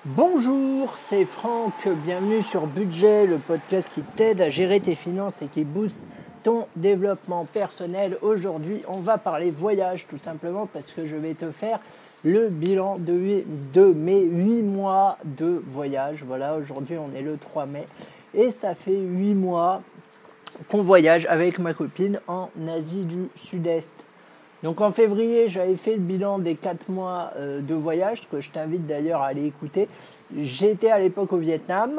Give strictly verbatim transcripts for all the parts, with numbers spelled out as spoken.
Bonjour, c'est Franck, bienvenue sur Budget, le podcast qui t'aide à gérer tes finances et qui booste ton développement personnel. Aujourd'hui, on va parler voyage tout simplement parce que je vais te faire le bilan de, huit, de mes huit mois de voyage. Voilà, aujourd'hui on est le trois mai et ça fait huit mois qu'on voyage avec ma copine en Asie du Sud-Est. Donc en février, j'avais fait le bilan des quatre mois euh, de voyage, que je t'invite d'ailleurs à aller écouter. J'étais à l'époque au Vietnam,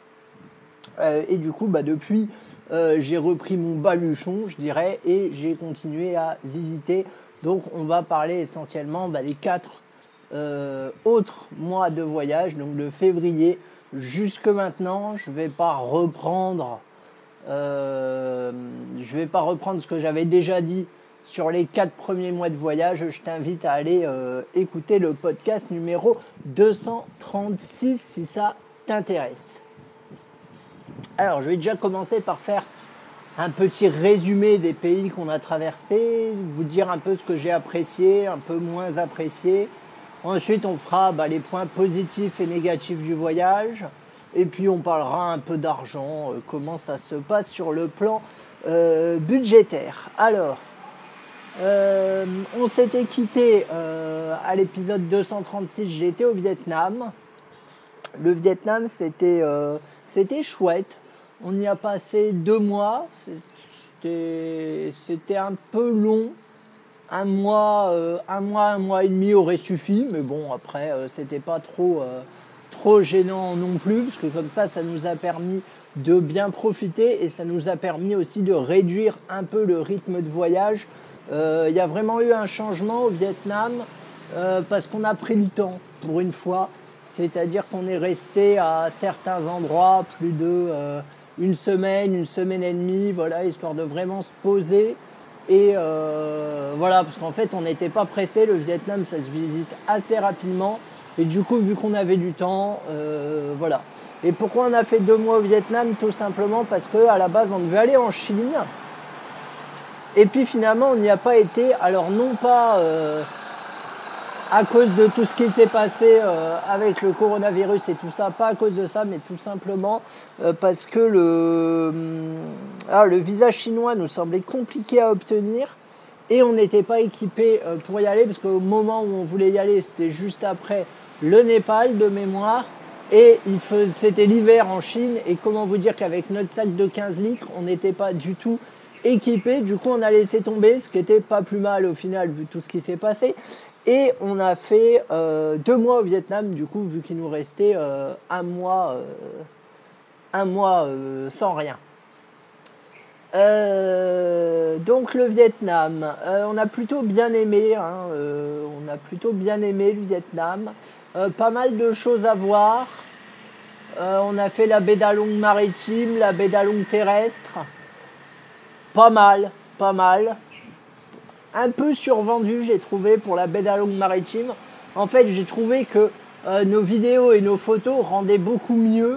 euh, et du coup, bah, depuis, euh, j'ai repris mon baluchon, je dirais, et j'ai continué à visiter. Donc on va parler essentiellement bah, des quatre euh, autres mois de voyage, donc de février jusque maintenant. Je ne vais pas reprendre, euh, je vais pas reprendre ce que j'avais déjà dit sur les quatre premiers mois de voyage. Je t'invite à aller euh, écouter le podcast numéro deux cent trente-six si ça t'intéresse. Alors, je vais déjà commencer par faire un petit résumé des pays qu'on a traversés, vous dire un peu ce que j'ai apprécié, un peu moins apprécié. Ensuite, on fera bah, les points positifs et négatifs du voyage. Et puis, on parlera un peu d'argent, euh, comment ça se passe sur le plan euh, budgétaire. Alors, Euh, on s'était quitté euh, à l'épisode deux cent trente-six, j'étais au Vietnam. Le Vietnam, c'était, euh, c'était chouette. On y a passé deux mois. C'était, c'était un peu long. Un mois, euh, un mois, un mois et demi aurait suffi. Mais bon, après, euh, c'était pas trop, euh, trop gênant non plus. Parce que comme ça, ça nous a permis de bien profiter. Et ça nous a permis aussi de réduire un peu le rythme de voyage. Il euh, y a vraiment eu un changement au Vietnam euh, parce qu'on a pris le temps pour une fois, c'est-à-dire qu'on est resté à certains endroits plus de euh, une semaine, une semaine et demie, voilà, histoire de vraiment se poser. Et euh, voilà, parce qu'en fait on n'était pas pressé, le Vietnam ça se visite assez rapidement. Et du coup, vu qu'on avait du temps, euh, voilà. Et pourquoi on a fait deux mois au Vietnam? Tout simplement parce qu'à la base on devait aller en Chine. Et puis finalement, on n'y a pas été. Alors non pas euh, à cause de tout ce qui s'est passé euh, avec le coronavirus et tout ça, pas à cause de ça, mais tout simplement euh, parce que le, ah, le visa chinois nous semblait compliqué à obtenir et on n'était pas équipé euh, pour y aller parce qu'au moment où on voulait y aller, c'était juste après le Népal de mémoire. Et il faisait, c'était l'hiver en Chine. Et comment vous dire qu'avec notre sac de quinze litres, on n'était pas du tout équipé, du coup on a laissé tomber, ce qui était pas plus mal au final vu tout ce qui s'est passé. Et on a fait euh, deux mois au Vietnam, du coup vu qu'il nous restait euh, un mois, euh, un mois euh, sans rien. Euh, donc le Vietnam, euh, on a plutôt bien aimé, hein, euh, on a plutôt bien aimé le Vietnam. Euh, pas mal de choses à voir. Euh, on a fait la baie d'Along maritime, la baie d'Along terrestre. Pas mal, pas mal. Un peu survendu, j'ai trouvé, pour la baie d'Along maritime. En fait, j'ai trouvé que euh, nos vidéos et nos photos rendaient beaucoup mieux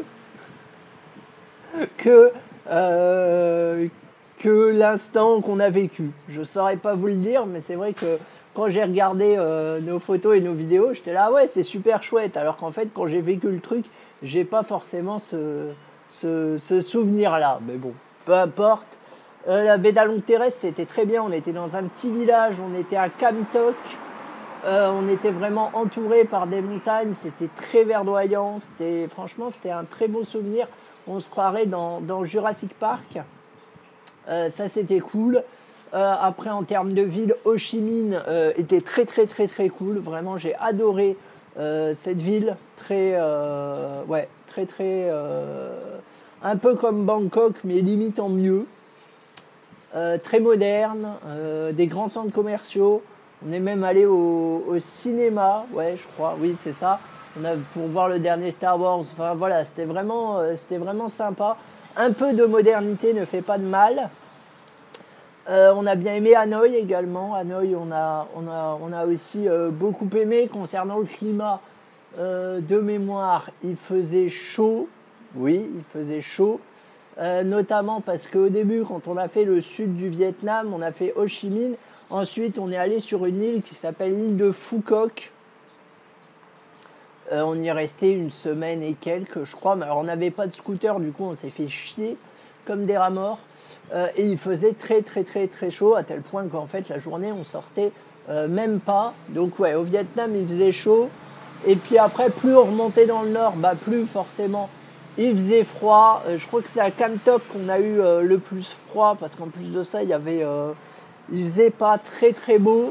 que, euh, que l'instant qu'on a vécu. Je ne saurais pas vous le dire, mais c'est vrai que quand j'ai regardé euh, nos photos et nos vidéos, j'étais là, ouais, c'est super chouette. Alors qu'en fait, quand j'ai vécu le truc, j'ai pas forcément ce, ce, ce souvenir-là. Mais bon, peu importe. Euh, la baie d'Along terrestre, c'était très bien. On était dans un petit village, on était à Kam Tok. Euh, on était vraiment entouré par des montagnes. C'était très verdoyant. C'était, franchement, c'était un très beau souvenir. On se croirait dans, dans Jurassic Park. Euh, ça, c'était cool. Euh, après, en termes de ville, Ho Chi Minh euh, était très, très, très, très cool. Vraiment, j'ai adoré euh, cette ville. Très, euh, ouais, très, très... Euh, un peu comme Bangkok, mais limite en mieux. Euh, très moderne, euh, des grands centres commerciaux. On est même allé au, au cinéma, ouais, je crois, oui, c'est ça. On a pour voir le dernier Star Wars. Enfin voilà, c'était vraiment, euh, c'était vraiment sympa. Un peu de modernité ne fait pas de mal. Euh, on a bien aimé Hanoï également. Hanoï, on a, on a, on a aussi euh, beaucoup aimé. Concernant le climat, euh, de mémoire, il faisait chaud. Oui, il faisait chaud. Euh, notamment parce qu'au début, quand on a fait le sud du Vietnam, on a fait Ho Chi Minh. Ensuite, on est allé sur une île qui s'appelle l'île de Phu Quoc. Euh, on y est resté une semaine et quelques, je crois. Mais alors, on n'avait pas de scooter, du coup, on s'est fait chier comme des rats morts. Euh, et il faisait très, très, très, très chaud, à tel point qu'en fait, la journée, on sortait euh, même pas. Donc, ouais, au Vietnam, il faisait chaud. Et puis après, plus on remontait dans le nord, bah, plus forcément, il faisait froid. Euh, je crois que c'est à Kam Tok qu'on a eu euh, le plus froid, parce qu'en plus de ça, il y avait, euh, il faisait pas très, très beau.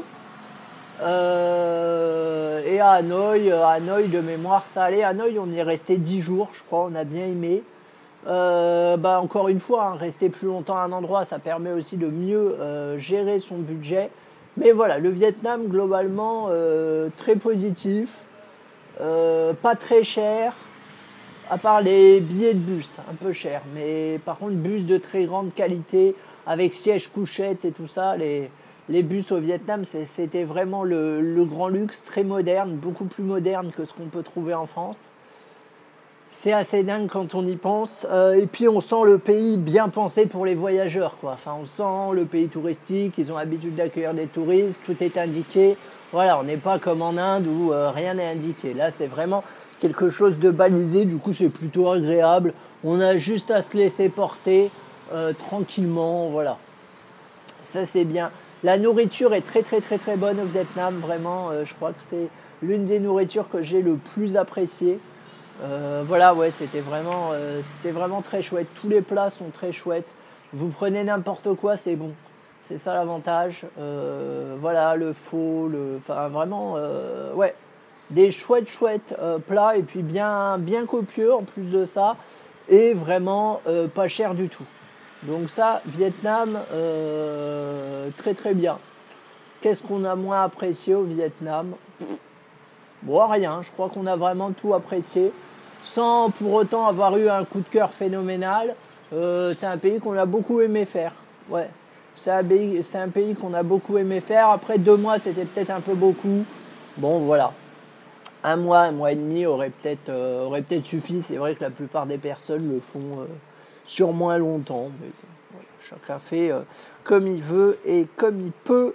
Euh, et à Hanoï, à Hanoï de mémoire ça allait. À Hanoï on y est resté dix jours, je crois, on a bien aimé. Euh, bah encore une fois, hein, rester plus longtemps à un endroit, ça permet aussi de mieux euh, gérer son budget. Mais voilà, le Vietnam globalement euh, très positif, euh, pas très cher, à part les billets de bus, un peu cher. Mais par contre, bus de très grande qualité, avec siège couchette et tout ça, les, les bus au Vietnam, c'est, c'était vraiment le, le grand luxe, très moderne, beaucoup plus moderne que ce qu'on peut trouver en France. C'est assez dingue quand on y pense. Euh, et puis on sent le pays bien pensé pour les voyageurs, quoi. Enfin, on sent le pays touristique, ils ont l'habitude d'accueillir des touristes, tout est indiqué. Voilà, on n'est pas comme en Inde où euh, rien n'est indiqué. Là, c'est vraiment quelque chose de balisé, du coup c'est plutôt agréable. On a juste à se laisser porter euh, tranquillement, voilà. Ça c'est bien. La nourriture est très très très très bonne au Vietnam, vraiment. Euh, je crois que c'est l'une des nourritures que j'ai le plus appréciée. Euh, voilà, ouais, c'était vraiment, euh, c'était vraiment très chouette. Tous les plats sont très chouettes. Vous prenez n'importe quoi, c'est bon. C'est ça l'avantage. Euh, voilà, le faux, le, enfin vraiment, euh, ouais, des chouettes chouettes euh, plats et puis bien bien copieux en plus de ça et vraiment euh, pas cher du tout. Donc ça, Vietnam, euh, très très bien. Qu'est-ce qu'on a moins apprécié au Vietnam? Bon, rien. Je crois qu'on a vraiment tout apprécié, sans pour autant avoir eu un coup de cœur phénoménal. Euh, c'est un pays qu'on a beaucoup aimé faire. Ouais. C'est un pays, c'est un pays qu'on a beaucoup aimé faire. Après deux mois, c'était peut-être un peu beaucoup. Bon, voilà. Un mois, un mois et demi aurait peut-être, euh, aurait peut-être suffi. C'est vrai que la plupart des personnes le font euh, sur moins longtemps. Mais bon, voilà. Chacun fait euh, comme il veut et comme il peut.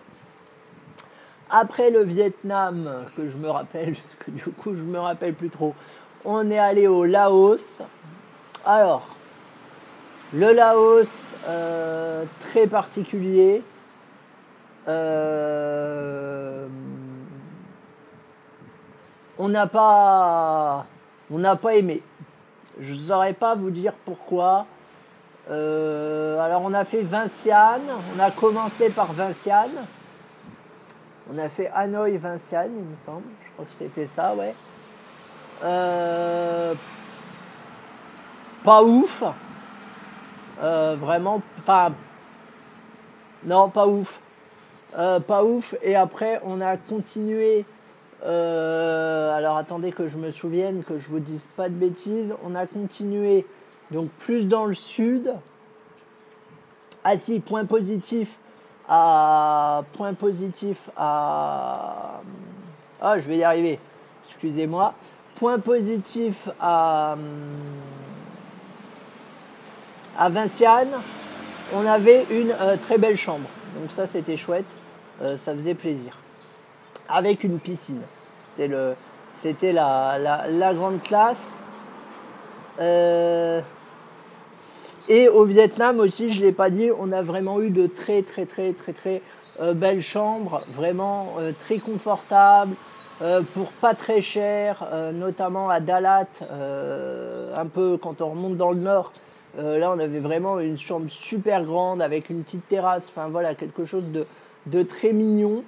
Après le Vietnam, que je me rappelle, parce que du coup je me rappelle plus trop, on est allé au Laos. Alors, le Laos, euh, très particulier. Euh, on n'a pas, on n'a pas aimé. Je ne saurais pas vous dire pourquoi. Euh, alors on a fait Vientiane, on a commencé par Vientiane. On a fait Hanoï, Vientiane, il me semble. Je crois que c'était ça, ouais. Euh, pas ouf. Euh, vraiment, enfin, non, pas ouf. Euh, pas ouf. Et après, on a continué. Euh, alors, attendez que je me souvienne, que je vous dise pas de bêtises. On a continué, donc plus dans le sud. Ah si, point positif. À point positif à ah je vais y arriver, excusez-moi. Point positif à à Vientiane, on avait une euh, très belle chambre, donc ça c'était chouette, euh, ça faisait plaisir, avec une piscine. C'était le c'était la, la, la grande classe. euh, Et au Vietnam aussi, je ne l'ai pas dit, on a vraiment eu de très très très très très euh, belles chambres, vraiment euh, très confortables, euh, pour pas très cher, euh, notamment à Dalat, euh, un peu quand on remonte dans le nord. Euh, là, on avait vraiment une chambre super grande avec une petite terrasse, enfin voilà, quelque chose de, de très mignon.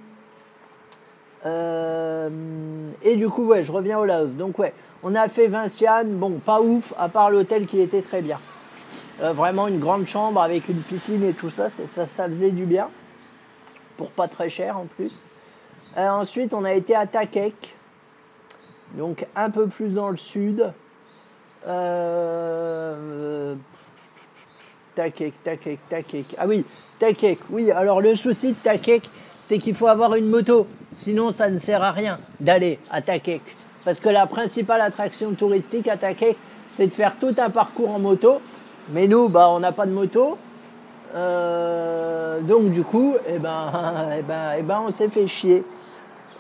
Euh, et du coup, ouais, je reviens au Laos. Donc ouais, on a fait Vientiane, bon, pas ouf, à part l'hôtel qui était très bien. Euh, vraiment une grande chambre avec une piscine et tout ça, ça, ça faisait du bien, pour pas très cher en plus. Euh, ensuite, on a été à Tha Kek, donc un peu plus dans le sud. Euh, Tha Kek, Tha Kek, Tha Kek. Ah oui, Tha Kek, oui. Alors le souci de Tha Kek, c'est qu'il faut avoir une moto, sinon ça ne sert à rien d'aller à Tha Kek. Parce que la principale attraction touristique à Tha Kek, c'est de faire tout un parcours en moto. Mais nous, bah, on n'a pas de moto. Euh, donc du coup, eh ben, eh ben, eh ben, on s'est fait chier.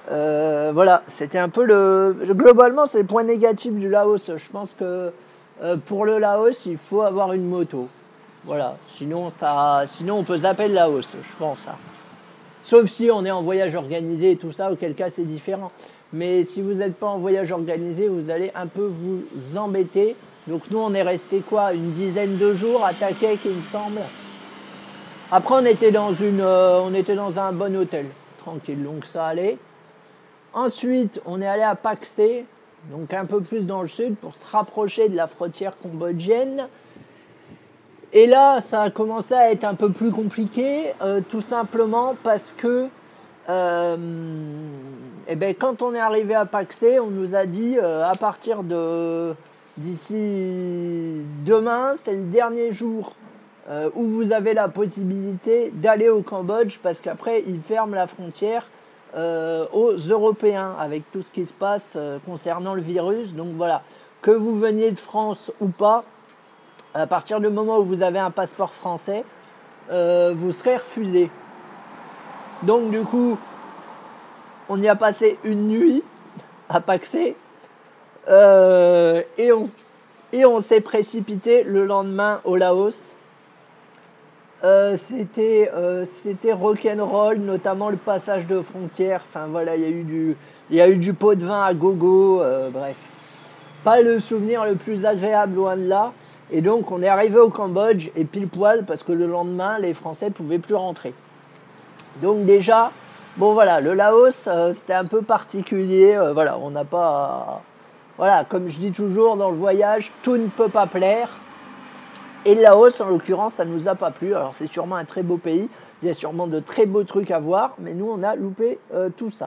Euh, voilà, c'était un peu le... Globalement, c'est le point négatif du Laos. Je pense que euh, pour le Laos, il faut avoir une moto. Voilà, sinon, ça, sinon on peut zapper le Laos, je pense. Hein. Sauf si on est en voyage organisé et tout ça, auquel cas c'est différent. Mais si vous n'êtes pas en voyage organisé, vous allez un peu vous embêter. Donc nous, on est resté quoi, une dizaine de jours à Takek, il me semble. Après, on était dans, une, euh, on était dans un bon hôtel, tranquille, donc ça allait. Ensuite, on est allé à Pak Se, donc un peu plus dans le sud, pour se rapprocher de la frontière cambodgienne. Et là, ça a commencé à être un peu plus compliqué, euh, tout simplement parce que euh, eh ben, quand on est arrivé à Pak Se, on nous a dit euh, à partir de d'ici demain, c'est le dernier jour euh, où vous avez la possibilité d'aller au Cambodge parce qu'après, ils ferment la frontière euh, aux Européens avec tout ce qui se passe euh, concernant le virus. Donc voilà, que vous veniez de France ou pas, à partir du moment où vous avez un passeport français, euh, vous serez refusé. Donc du coup, on y a passé une nuit à Pak Se euh, et on, et on s'est précipité le lendemain au Laos. Euh, c'était, euh, c'était rock'n'roll, notamment le passage de frontières. Enfin voilà, il y a eu du, il y a eu du pot de vin à gogo, euh, bref. Pas le souvenir le plus agréable, loin de là. Et donc, on est arrivé au Cambodge, et pile poil, parce que le lendemain, les Français ne pouvaient plus rentrer. Donc déjà, bon voilà, le Laos, euh, c'était un peu particulier. Euh, voilà, on n'a pas... Voilà, comme je dis toujours, dans le voyage, tout ne peut pas plaire. Et le Laos, en l'occurrence, ça ne nous a pas plu. Alors, c'est sûrement un très beau pays. Il y a sûrement de très beaux trucs à voir. Mais nous, on a loupé euh, tout ça.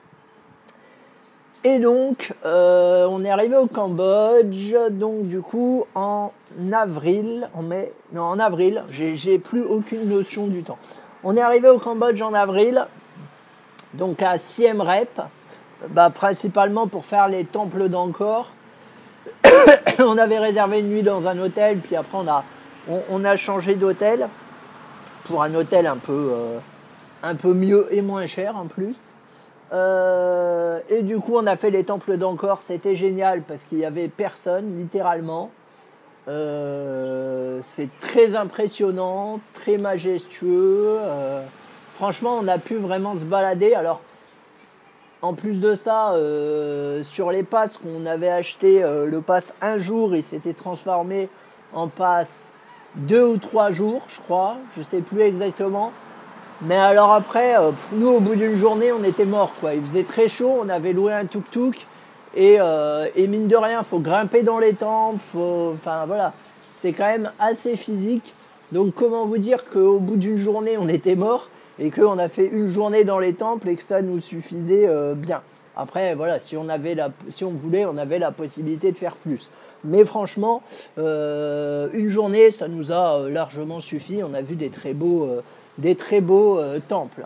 Et donc, euh, on est arrivé au Cambodge, donc du coup, en avril, en mai, non, en avril, j'ai, j'ai plus aucune notion du temps. On est arrivé au Cambodge en avril, donc à Siem Reap, bah, principalement pour faire les temples d'Angkor. On avait réservé une nuit dans un hôtel, puis après on a, on, on a changé d'hôtel pour un hôtel un peu, euh, un peu mieux et moins cher en plus. Euh, et du coup on a fait les temples d'Angkor, c'était génial parce qu'il n'y avait personne littéralement. Euh, c'est très impressionnant, très majestueux. Euh, franchement on a pu vraiment se balader. Alors en plus de ça, euh, sur les passes qu'on avait acheté, euh, le pass un jour il s'était transformé en pass deux ou trois jours je crois, je sais plus exactement. Mais alors après, euh, nous au bout d'une journée, on était morts quoi. Il faisait très chaud, on avait loué un tuk-tuk et, euh, et mine de rien, faut grimper dans les temples, faut, enfin voilà, c'est quand même assez physique. Donc comment vous dire qu'au bout d'une journée, on était morts et qu'on a fait une journée dans les temples et que ça nous suffisait euh, bien. Après voilà, si on avait la, si on voulait, on avait la possibilité de faire plus. Mais franchement, euh, une journée, ça nous a euh, largement suffi. On a vu des très beaux, euh, des très beaux euh, temples.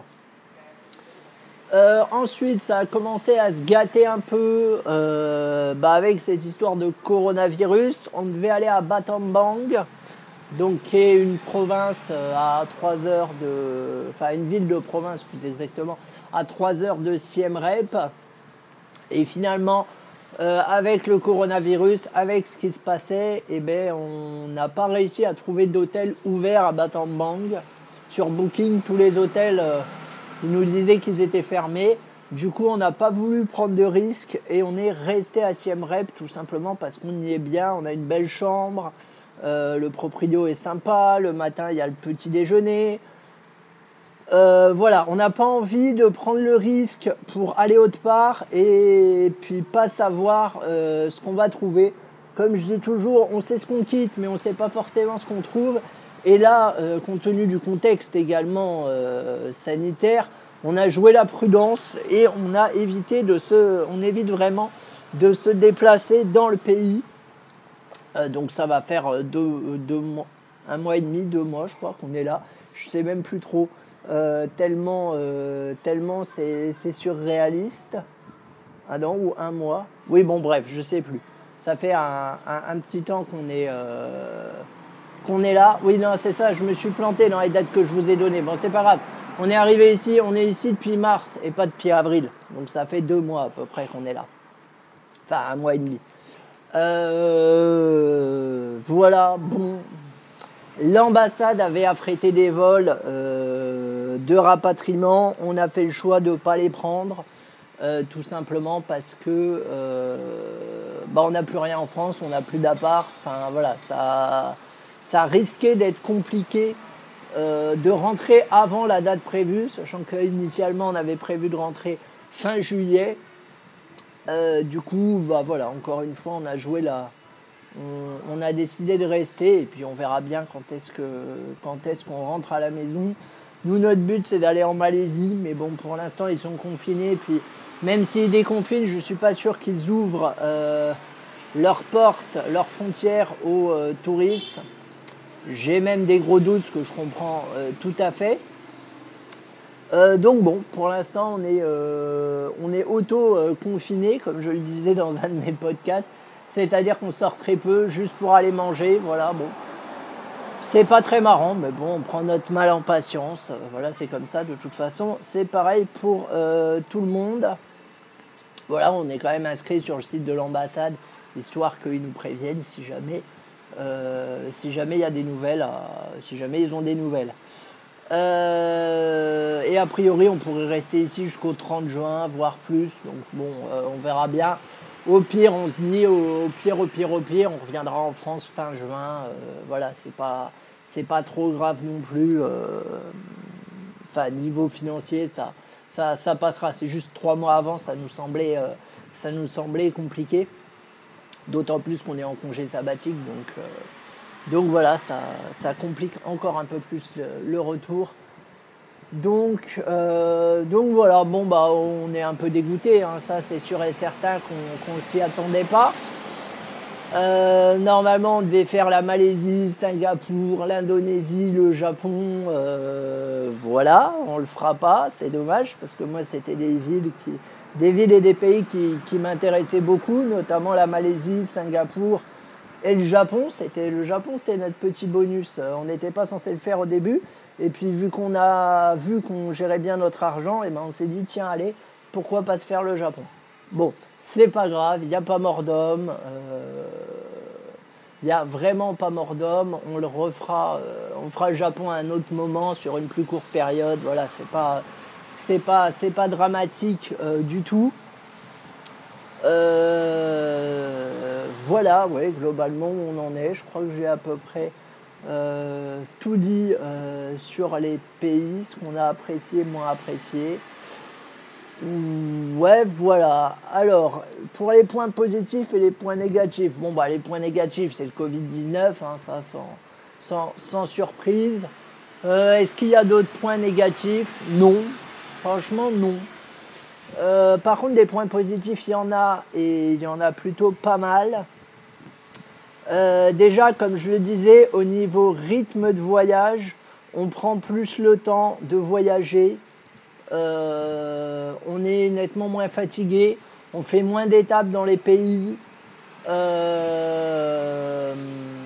Euh, ensuite, ça a commencé à se gâter un peu euh, bah avec cette histoire de coronavirus. On devait aller à Battambang, donc qui est une province à trois heures de, enfin une ville de province plus exactement, à trois heures de Siem Reap. Et finalement, euh, avec le coronavirus, avec ce qui se passait, eh ben, on n'a pas réussi à trouver d'hôtel ouvert à Battambang. Sur Booking, tous les hôtels, euh, ils nous disaient qu'ils étaient fermés. Du coup, on n'a pas voulu prendre de risques et on est resté à Siem Reap tout simplement parce qu'on y est bien. On a une belle chambre, euh, le proprio est sympa, le matin, il y a le petit déjeuner. Euh, voilà, on n'a pas envie de prendre le risque pour aller autre part et puis pas savoir euh, ce qu'on va trouver. Comme je dis toujours, on sait ce qu'on quitte, mais on ne sait pas forcément ce qu'on trouve. Et là, euh, compte tenu du contexte également euh, sanitaire, on a joué la prudence et on a évité de se, on évite vraiment de se déplacer dans le pays. Euh, donc ça va faire deux, deux mois, un mois et demi, deux mois, je crois qu'on est là. Je sais même plus trop. Euh, tellement, euh, tellement c'est, c'est surréaliste. Ah non, ou un mois. Oui, bon, bref, je sais plus. Ça fait un, un, un petit temps qu'on est, euh, qu'on est là. Oui, non, c'est ça, je me suis planté dans les dates que je vous ai données. Bon, c'est pas grave. On est arrivé ici, on est ici depuis mars et pas depuis avril. Donc ça fait deux mois à peu près qu'on est là. Enfin, un mois et demi. Euh, voilà, bon. L'ambassade avait affrété des vols euh, de rapatriement. On a fait le choix de ne pas les prendre. Euh, tout simplement parce que euh, bah on n'a plus rien en France, on n'a plus d'appart. Enfin voilà, ça, ça risquait d'être compliqué euh, de rentrer avant la date prévue, sachant qu'initialement on avait prévu de rentrer fin juillet. Euh, du coup, bah voilà, encore une fois, on a joué la, on, on a décidé de rester et puis on verra bien quand est-ce que, quand est-ce qu'on rentre à la maison. Nous, notre but, c'est d'aller en Malaisie, mais bon, pour l'instant, ils sont confinés. Puis, même s'ils déconfinent, je ne suis pas sûr qu'ils ouvrent euh, leurs portes, leurs frontières aux euh, touristes. J'ai même des gros doutes, ce que je comprends euh, tout à fait. Euh, donc bon, pour l'instant, on est, euh, on est auto-confiné, comme je le disais dans un de mes podcasts. C'est-à-dire qu'on sort très peu, juste pour aller manger. Voilà, bon. C'est pas très marrant, mais bon, on prend notre mal en patience. Euh, voilà, c'est comme ça, de toute façon. C'est pareil pour euh, tout le monde. Voilà, on est quand même inscrit sur le site de l'ambassade, histoire qu'ils nous préviennent si jamais euh, si jamais il y a des nouvelles, euh, si jamais ils ont des nouvelles. Euh, et a priori, on pourrait rester ici jusqu'au trente juin, voire plus. Donc bon, euh, on verra bien. Au pire, on se dit, au, au pire, au pire, au pire, on reviendra en France fin juin. Euh, voilà, c'est pas, c'est pas trop grave non plus. Euh, enfin, niveau financier, ça, ça, ça passera. C'est juste trois mois avant, ça nous semblait, euh, ça nous semblait compliqué. D'autant plus qu'on est en congé sabbatique, donc, euh, donc voilà, ça, ça complique encore un peu plus le, le retour. Donc, euh, donc voilà, bon bah on est un peu dégoûté, hein, ça c'est sûr et certain qu'on qu'on s'y attendait pas. Euh, normalement on devait faire la Malaisie, Singapour, l'Indonésie, le Japon, euh, voilà, on le fera pas, c'est dommage parce que moi c'était des villes qui, des villes et des pays qui, qui m'intéressaient beaucoup, notamment la Malaisie, Singapour. Et le Japon, c'était le Japon, c'était notre petit bonus. On n'était pas censé le faire au début. Et puis vu qu'on a vu qu'on gérait bien notre argent, et ben on s'est dit tiens allez, pourquoi pas se faire le Japon. Bon, c'est pas grave, il n'y a pas mort d'homme. Euh, il n'y a vraiment pas mort d'homme. On le refera, euh, on fera le Japon à un autre moment sur une plus courte période. Voilà, c'est pas, c'est pas, c'est pas dramatique euh, du tout. Euh, voilà, ouais, globalement où on en est. Je crois que j'ai à peu près euh, tout dit euh, sur les pays, ce qu'on a apprécié, moins apprécié. Ouais, voilà. Alors, pour les points positifs et les points négatifs, bon, bah, les points négatifs, c'est le covid dix-neuf, hein, ça sans, sans, sans surprise. Euh, est-ce qu'il y a d'autres points négatifs ? Non. Franchement, non. Euh, par contre, des points positifs, il y en a, et il y en a plutôt pas mal. Euh, déjà, comme je le disais, au niveau rythme de voyage, on prend plus le temps de voyager. Euh, on est nettement moins fatigué. On fait moins d'étapes dans les pays. Euh,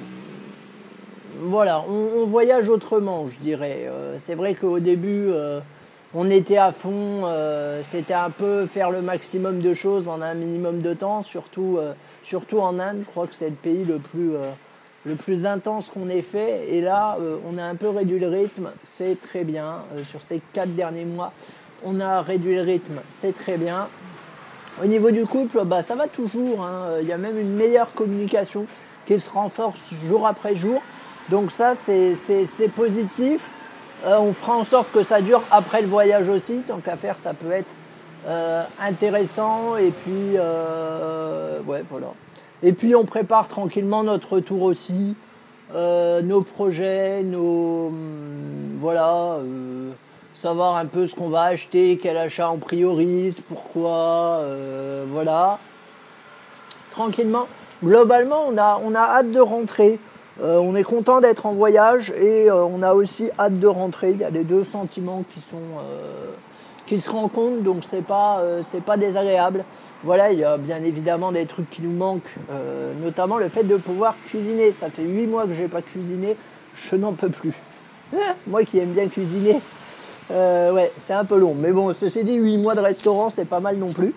voilà, on, on voyage autrement, je dirais. Euh, c'est vrai qu'au début... Euh, on était à fond, euh, c'était un peu faire le maximum de choses en un minimum de temps, surtout, euh, surtout en Inde. Je crois que c'est le pays le plus, euh, le plus intense qu'on ait fait. Et là, euh, on a un peu réduit le rythme, c'est très bien. Euh, sur ces quatre derniers mois, on a réduit le rythme, c'est très bien. Au niveau du couple, bah, ça va toujours. Hein. Il y a même une meilleure communication qui se renforce jour après jour. Donc ça, c'est, c'est, c'est positif. Euh, on fera en sorte que ça dure après le voyage aussi, tant qu'à faire, ça peut être euh, intéressant. Et puis, euh, ouais, voilà. Et puis, on prépare tranquillement notre retour aussi, euh, nos projets, nos, hum, voilà, euh, savoir un peu ce qu'on va acheter, quel achat on priorise, pourquoi, euh, voilà. Tranquillement. Globalement, on a, on a hâte de rentrer. Euh, on est content d'être en voyage et euh, on a aussi hâte de rentrer. Il y a les deux sentiments qui sont euh, qui se rencontrent, donc c'est pas euh, c'est pas désagréable. Voilà, il y a bien évidemment des trucs qui nous manquent, euh, notamment le fait de pouvoir cuisiner. Ça fait huit mois que je n'ai pas cuisiné, je n'en peux plus. Moi qui aime bien cuisiner, euh, ouais, c'est un peu long. Mais bon, ceci dit, huit mois de restaurant, c'est pas mal non plus.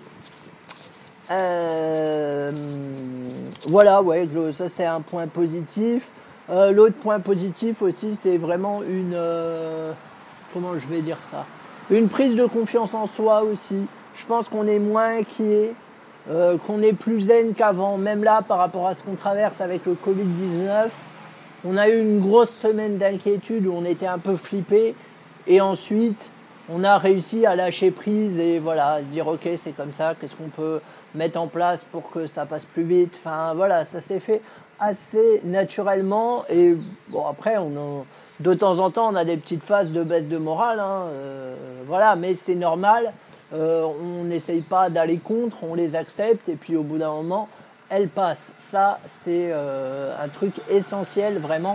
Euh, voilà, ouais, ça c'est un point positif. Euh, l'autre point positif aussi, c'est vraiment une... Euh, comment je vais dire ça ? Une prise de confiance en soi aussi. Je pense qu'on est moins inquiet, euh, qu'on est plus zen qu'avant. Même là, par rapport à ce qu'on traverse avec le covid dix-neuf, on a eu une grosse semaine d'inquiétude où on était un peu flippé. Et ensuite, on a réussi à lâcher prise et voilà, à se dire ok, c'est comme ça, qu'est-ce qu'on peut mettre en place pour que ça passe plus vite. Enfin voilà, ça s'est fait assez naturellement. Et bon, après, on a, de temps en temps, on a des petites phases de baisse de morale. Hein, euh, voilà, mais c'est normal. Euh, on n'essaye pas d'aller contre, on les accepte et puis au bout d'un moment, elles passent. Ça, c'est euh, un truc essentiel vraiment.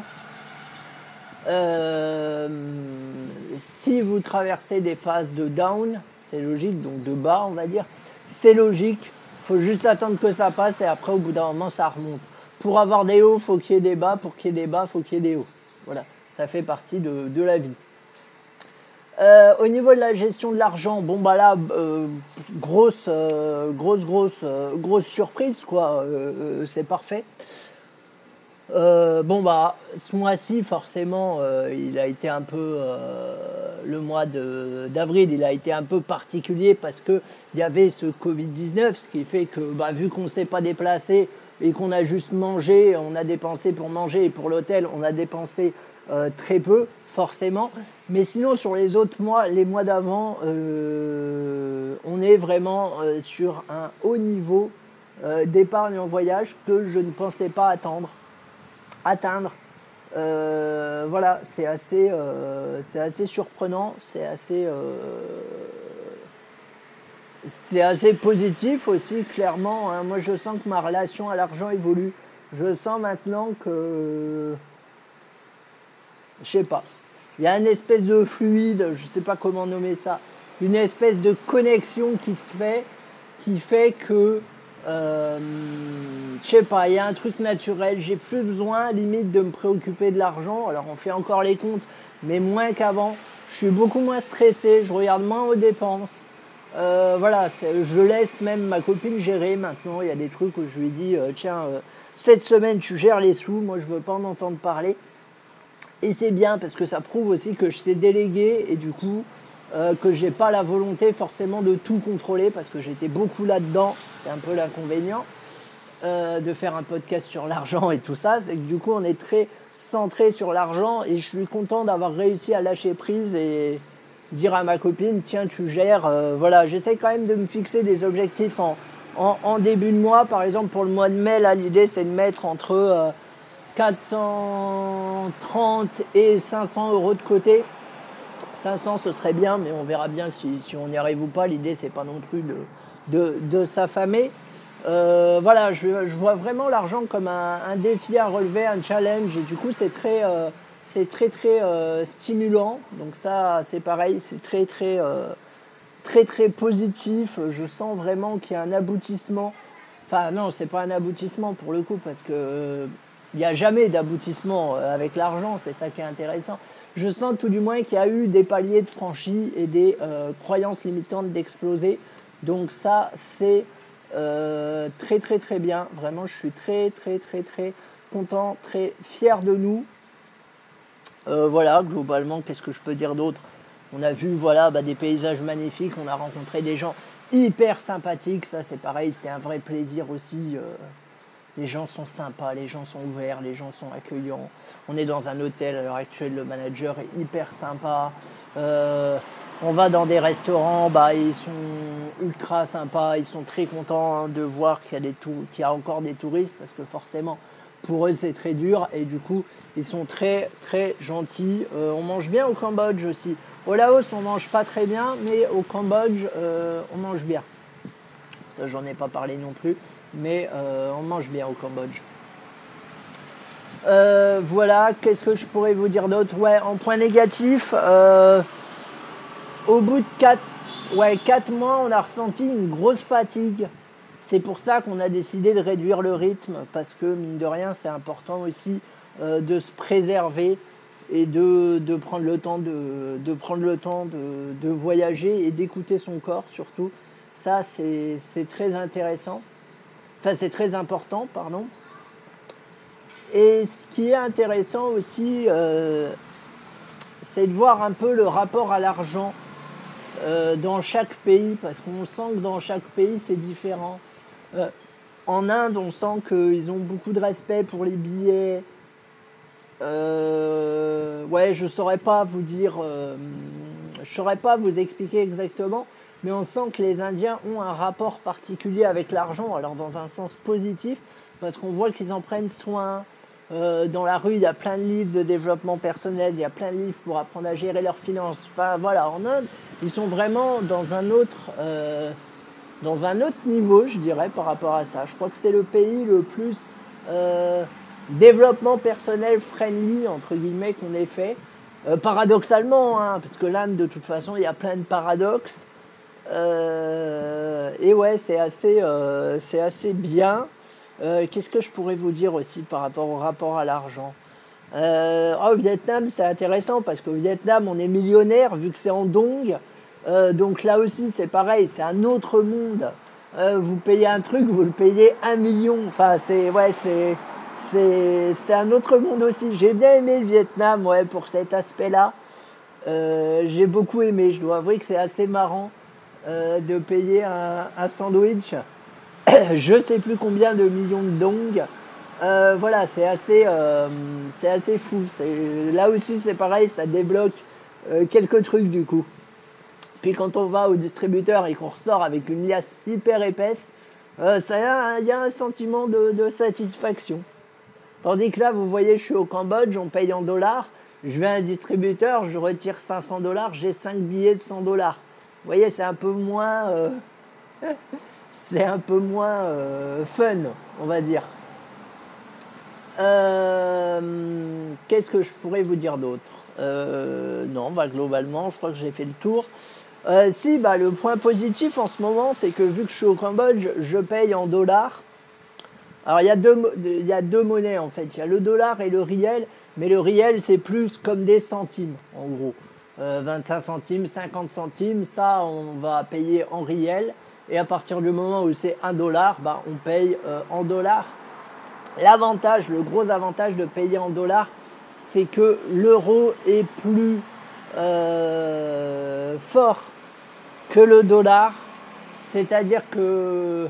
Euh, si vous traversez des phases de down, c'est logique, donc de bas on va dire, c'est logique, il faut juste attendre que ça passe et après au bout d'un moment ça remonte. Pour avoir des hauts, il faut qu'il y ait des bas, pour qu'il y ait des bas, il faut qu'il y ait des hauts. Voilà, ça fait partie de, de la vie. Euh, au niveau de la gestion de l'argent, bon bah là, euh, grosse, euh, grosse, grosse, euh, grosse surprise quoi, euh, euh, c'est parfait. Euh, bon bah ce mois-ci forcément euh, il a été un peu euh, le mois de, d'avril il a été un peu particulier parce que il y avait ce covid dix-neuf, ce qui fait que bah, vu qu'on ne s'est pas déplacé et qu'on a juste mangé, on a dépensé pour manger et pour l'hôtel on a dépensé euh, très peu forcément, mais sinon sur les autres mois, les mois d'avant euh, on est vraiment euh, sur un haut niveau euh, d'épargne en voyage que je ne pensais pas attendre atteindre. Euh, voilà, c'est assez, euh, c'est assez surprenant, c'est assez, euh, c'est assez positif aussi, clairement. Hein. Moi, je sens que ma relation à l'argent évolue. Je sens maintenant que, je sais pas, il y a une espèce de fluide, je sais pas comment nommer ça, une espèce de connexion qui se fait, qui fait que Euh, je sais pas, il y a un truc naturel, j'ai plus besoin limite de me préoccuper de l'argent, alors on fait encore les comptes, mais moins qu'avant, je suis beaucoup moins stressé, je regarde moins aux dépenses, euh, voilà, je laisse même ma copine gérer maintenant, il y a des trucs où je lui dis, euh, tiens, euh, cette semaine tu gères les sous, moi je veux pas en entendre parler, et c'est bien parce que ça prouve aussi que je sais déléguer et du coup, Euh, que j'ai pas la volonté forcément de tout contrôler parce que j'étais beaucoup là-dedans, c'est un peu l'inconvénient euh, de faire un podcast sur l'argent et tout ça, c'est que du coup on est très centré sur l'argent et je suis content d'avoir réussi à lâcher prise et dire à ma copine tiens tu gères, euh, voilà, j'essaie quand même de me fixer des objectifs en, en, en début de mois, par exemple pour le mois de mai, là l'idée c'est de mettre entre euh, quatre cent trente et cinq cents euros de côté. cinq cents ce serait bien, mais on verra bien si, si on y arrive ou pas. L'idée c'est pas non plus de, de, de s'affamer. Euh, voilà, je, je vois vraiment l'argent comme un, un défi à relever, un challenge, et du coup c'est très, euh, c'est très très euh, stimulant. Donc ça c'est pareil, c'est très très euh, très très positif. Je sens vraiment qu'il y a un aboutissement. Enfin non, c'est pas un aboutissement pour le coup parce que euh, il n'y a jamais d'aboutissement avec l'argent, c'est ça qui est intéressant. Je sens tout du moins qu'il y a eu des paliers de franchis et des euh, croyances limitantes d'exploser. Donc ça, c'est euh, très très très bien. Vraiment, je suis très très très très content, très fier de nous. Euh, voilà, globalement, qu'est-ce que je peux dire d'autre ? On a vu voilà, bah, des paysages magnifiques, on a rencontré des gens hyper sympathiques. Ça, c'est pareil, c'était un vrai plaisir aussi. Euh, Les gens sont sympas, les gens sont ouverts, les gens sont accueillants. On est dans un hôtel à l'heure actuelle, le manager est hyper sympa. Euh, on va dans des restaurants, bah, ils sont ultra sympas, ils sont très contents de voir qu'il y a, des tou- qu'il y a encore des touristes parce que forcément, pour eux, c'est très dur et du coup, ils sont très, très gentils. Euh, on mange bien au Cambodge aussi. Au Laos, on mange pas très bien, mais au Cambodge, euh, on mange bien. Ça, j'en ai pas parlé non plus, mais euh, on mange bien au Cambodge. Euh, voilà, qu'est-ce que je pourrais vous dire d'autre ? Ouais, en point négatif, euh, au bout de quatre ouais, quatre mois, on a ressenti une grosse fatigue. C'est pour ça qu'on a décidé de réduire le rythme, parce que, mine de rien, c'est important aussi euh, de se préserver et de, de prendre le temps, de, de, prendre le temps de, de voyager et d'écouter son corps, surtout. Ça, c'est, c'est très intéressant. Enfin, c'est très important, pardon. Et ce qui est intéressant aussi, euh, c'est de voir un peu le rapport à l'argent euh, dans chaque pays, parce qu'on sent que dans chaque pays, c'est différent. Euh, en Inde, on sent qu'ils ont beaucoup de respect pour les billets. Euh, ouais, je saurais pas vous dire, euh, je saurais pas vous expliquer exactement, mais on sent que les Indiens ont un rapport particulier avec l'argent, alors dans un sens positif, parce qu'on voit qu'ils en prennent soin. Euh, dans la rue, il y a plein de livres de développement personnel, il y a plein de livres pour apprendre à gérer leurs finances. Enfin voilà, en Inde, ils sont vraiment dans un autre, euh, dans un autre niveau, je dirais, par rapport à ça. Je crois que c'est le pays le plus euh, développement personnel friendly, entre guillemets, qu'on ait fait. Euh, paradoxalement, hein, parce que l'Inde, de toute façon, il y a plein de paradoxes. Euh, et ouais, c'est assez, euh, c'est assez bien. Euh, qu'est-ce que je pourrais vous dire aussi par rapport au rapport à l'argent euh, oh, au Vietnam, c'est intéressant parce qu'au Vietnam, on est millionnaire vu que c'est en dong. Euh, donc là aussi, c'est pareil, c'est un autre monde. Euh, vous payez un truc, vous le payez un million. Enfin, c'est, ouais, c'est, c'est, c'est un autre monde aussi. J'ai bien aimé le Vietnam, ouais, pour cet aspect-là. Euh, j'ai beaucoup aimé. Je dois avouer que c'est assez marrant euh, de payer un, un sandwich. Je sais plus combien de millions de dong. Euh, voilà, c'est assez, euh, c'est assez fou. C'est, là aussi, c'est pareil, ça débloque euh, quelques trucs du coup. Puis quand on va au distributeur et qu'on ressort avec une liasse hyper épaisse, euh, ça, il y a un sentiment de, de satisfaction. Tandis que là, vous voyez, je suis au Cambodge, on paye en dollars. Je vais à un distributeur, je retire cinq cents dollars, j'ai cinq billets de cent dollars. Vous voyez, c'est un peu moins... Euh... c'est un peu moins euh, fun, on va dire. Euh, qu'est-ce que je pourrais vous dire d'autre euh, Non, bah, globalement, je crois que j'ai fait le tour. Euh, si, bah, le point positif en ce moment, c'est que vu que je suis au Cambodge, je paye en dollars. Alors, il y a deux, il y a deux monnaies, en fait. Il y a le dollar et le riel, mais le riel, c'est plus comme des centimes, en gros. Euh, vingt-cinq centimes, cinquante centimes, ça, on va payer en riel. Et à partir du moment où c'est un dollar, bah, on paye euh, en dollars. L'avantage, le gros avantage de payer en dollars, c'est que l'euro est plus euh, fort que le dollar. C'est-à-dire que...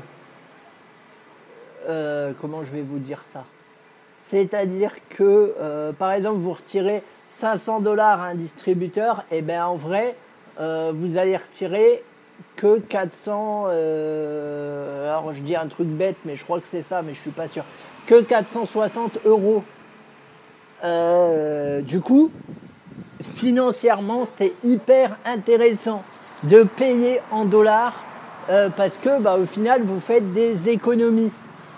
Euh, comment je vais vous dire ça ? C'est-à-dire que, euh, par exemple, vous retirez cinq cents dollars à un distributeur, et bien en vrai, euh, vous allez retirer que quatre cents, euh, alors je dis un truc bête, mais je crois que c'est ça, mais je suis pas sûr, que quatre cent soixante euros. Euh, du coup, financièrement, c'est hyper intéressant de payer en dollars euh, parce que, bah, au final, vous faites des économies.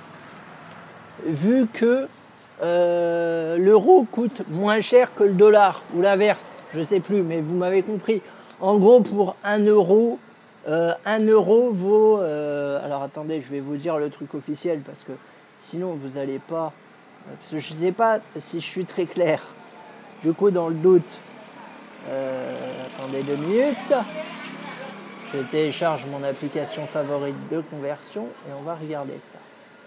Vu que euh, l'euro coûte moins cher que le dollar, ou l'inverse, je sais plus, mais vous m'avez compris. En gros, pour un euro, euh, un euro vaut... Euh, alors attendez, je vais vous dire le truc officiel, parce que sinon vous n'allez pas... Parce que je ne sais pas si je suis très clair. Du coup, dans le doute, euh, attendez deux minutes. Je télécharge mon application favorite de conversion et on va regarder ça.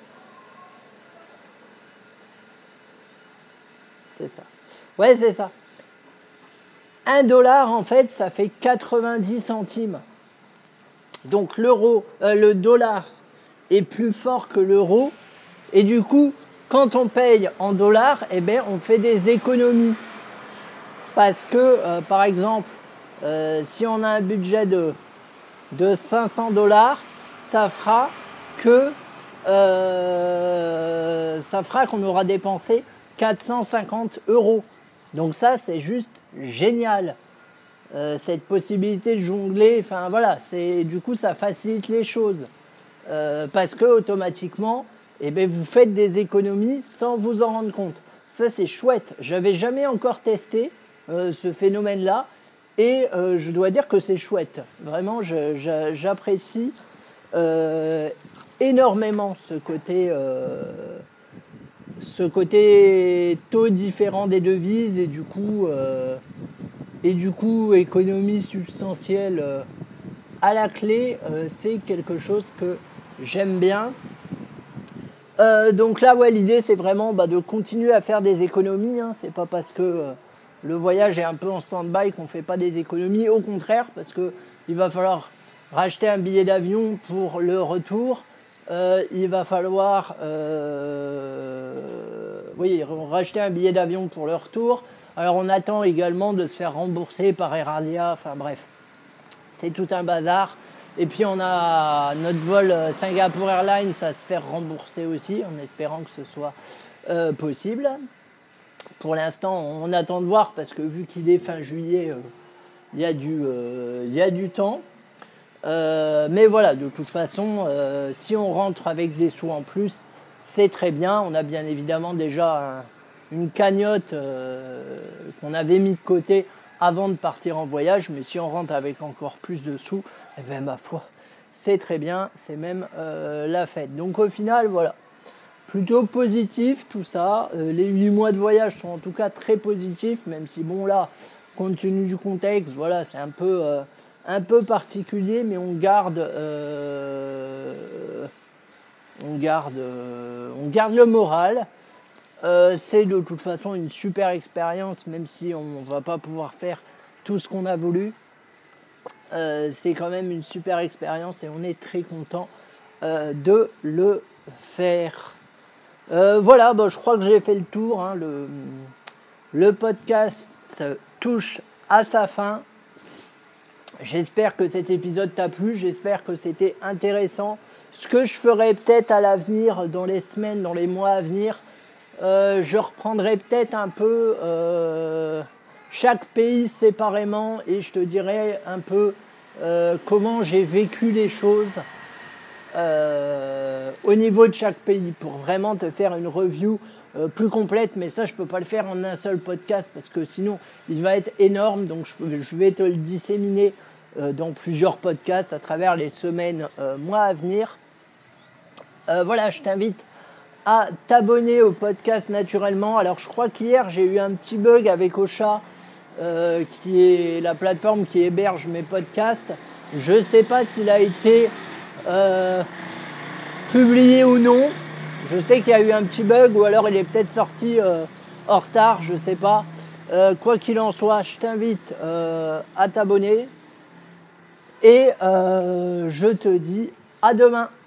C'est ça. Ouais, c'est ça. Un dollar, en fait, ça fait quatre-vingt-dix centimes. Donc l'euro, euh, le dollar est plus fort que l'euro. Et du coup, quand on paye en dollars, eh ben, on fait des économies. Parce que, euh, par exemple, euh, si on a un budget de, de cinq cents dollars, ça fera que euh, ça fera qu'on aura dépensé quatre cent cinquante euros. Donc ça, c'est juste génial. Euh, cette possibilité de jongler, enfin voilà, c'est, du coup, ça facilite les choses. Euh, parce que automatiquement, eh ben, vous faites des économies sans vous en rendre compte. Ça, c'est chouette. Je n'avais jamais encore testé euh, ce phénomène-là. Et euh, je dois dire que c'est chouette. Vraiment, je, je, j'apprécie. Euh, énormément ce côté, euh, ce côté taux différent des devises et du coup, euh, et du coup économie substantielle euh, à la clé. Euh, c'est quelque chose que j'aime bien. Euh, donc là, ouais, l'idée, c'est vraiment bah, de continuer à faire des économies. Hein. C'est pas parce que euh, le voyage est un peu en stand-by qu'on ne fait pas des économies. Au contraire, parce qu'il va falloir racheter un billet d'avion pour le retour. Euh, il va falloir euh, oui, racheter un billet d'avion pour le retour. Alors, on attend également de se faire rembourser par Air Asia. Enfin, bref, c'est tout un bazar. Et puis on a notre vol Singapore Airlines à se faire rembourser aussi, en espérant que ce soit euh, possible. Pour l'instant, on attend de voir, parce que vu qu'il est fin juillet, euh, il y a du, euh, il y a du temps. Euh, mais voilà, de toute façon, euh, si on rentre avec des sous en plus, c'est très bien. On a bien évidemment déjà un, une cagnotte euh, qu'on avait mis de côté avant de partir en voyage, mais si on rentre avec encore plus de sous, eh bien, ma foi, c'est très bien, c'est même euh, la fête. Donc au final, voilà, plutôt positif tout ça. Euh, les huit mois de voyage sont en tout cas très positifs, même si bon là, compte tenu du contexte, voilà, c'est un peu, euh, un peu particulier, mais on garde, euh, on garde, euh, on garde le moral. Euh, c'est de toute façon une super expérience, même si on ne va pas pouvoir faire tout ce qu'on a voulu. Euh, c'est quand même une super expérience et on est très content euh, de le faire. Euh, voilà, bah, je crois que j'ai fait le tour. Hein, le, le podcast touche à sa fin. J'espère que cet épisode t'a plu, j'espère que c'était intéressant. Ce que je ferai peut-être à l'avenir, dans les semaines, dans les mois à venir, Euh, je reprendrai peut-être un peu euh, chaque pays séparément et je te dirai un peu euh, comment j'ai vécu les choses euh, au niveau de chaque pays pour vraiment te faire une review euh, plus complète. Mais ça, je ne peux pas le faire en un seul podcast parce que sinon, il va être énorme. Donc, je, je vais te le disséminer euh, dans plusieurs podcasts à travers les semaines, euh, mois à venir. Euh, voilà, je t'invite à t'abonner au podcast naturellement. Alors je crois qu'hier j'ai eu un petit bug avec Ocha, euh, qui est la plateforme qui héberge mes podcasts. Je ne sais pas s'il a été euh, publié ou non. Je sais qu'il y a eu un petit bug ou alors il est peut-être sorti euh, en retard, je ne sais pas. Euh, quoi qu'il en soit, je t'invite euh, à t'abonner et euh, je te dis à demain.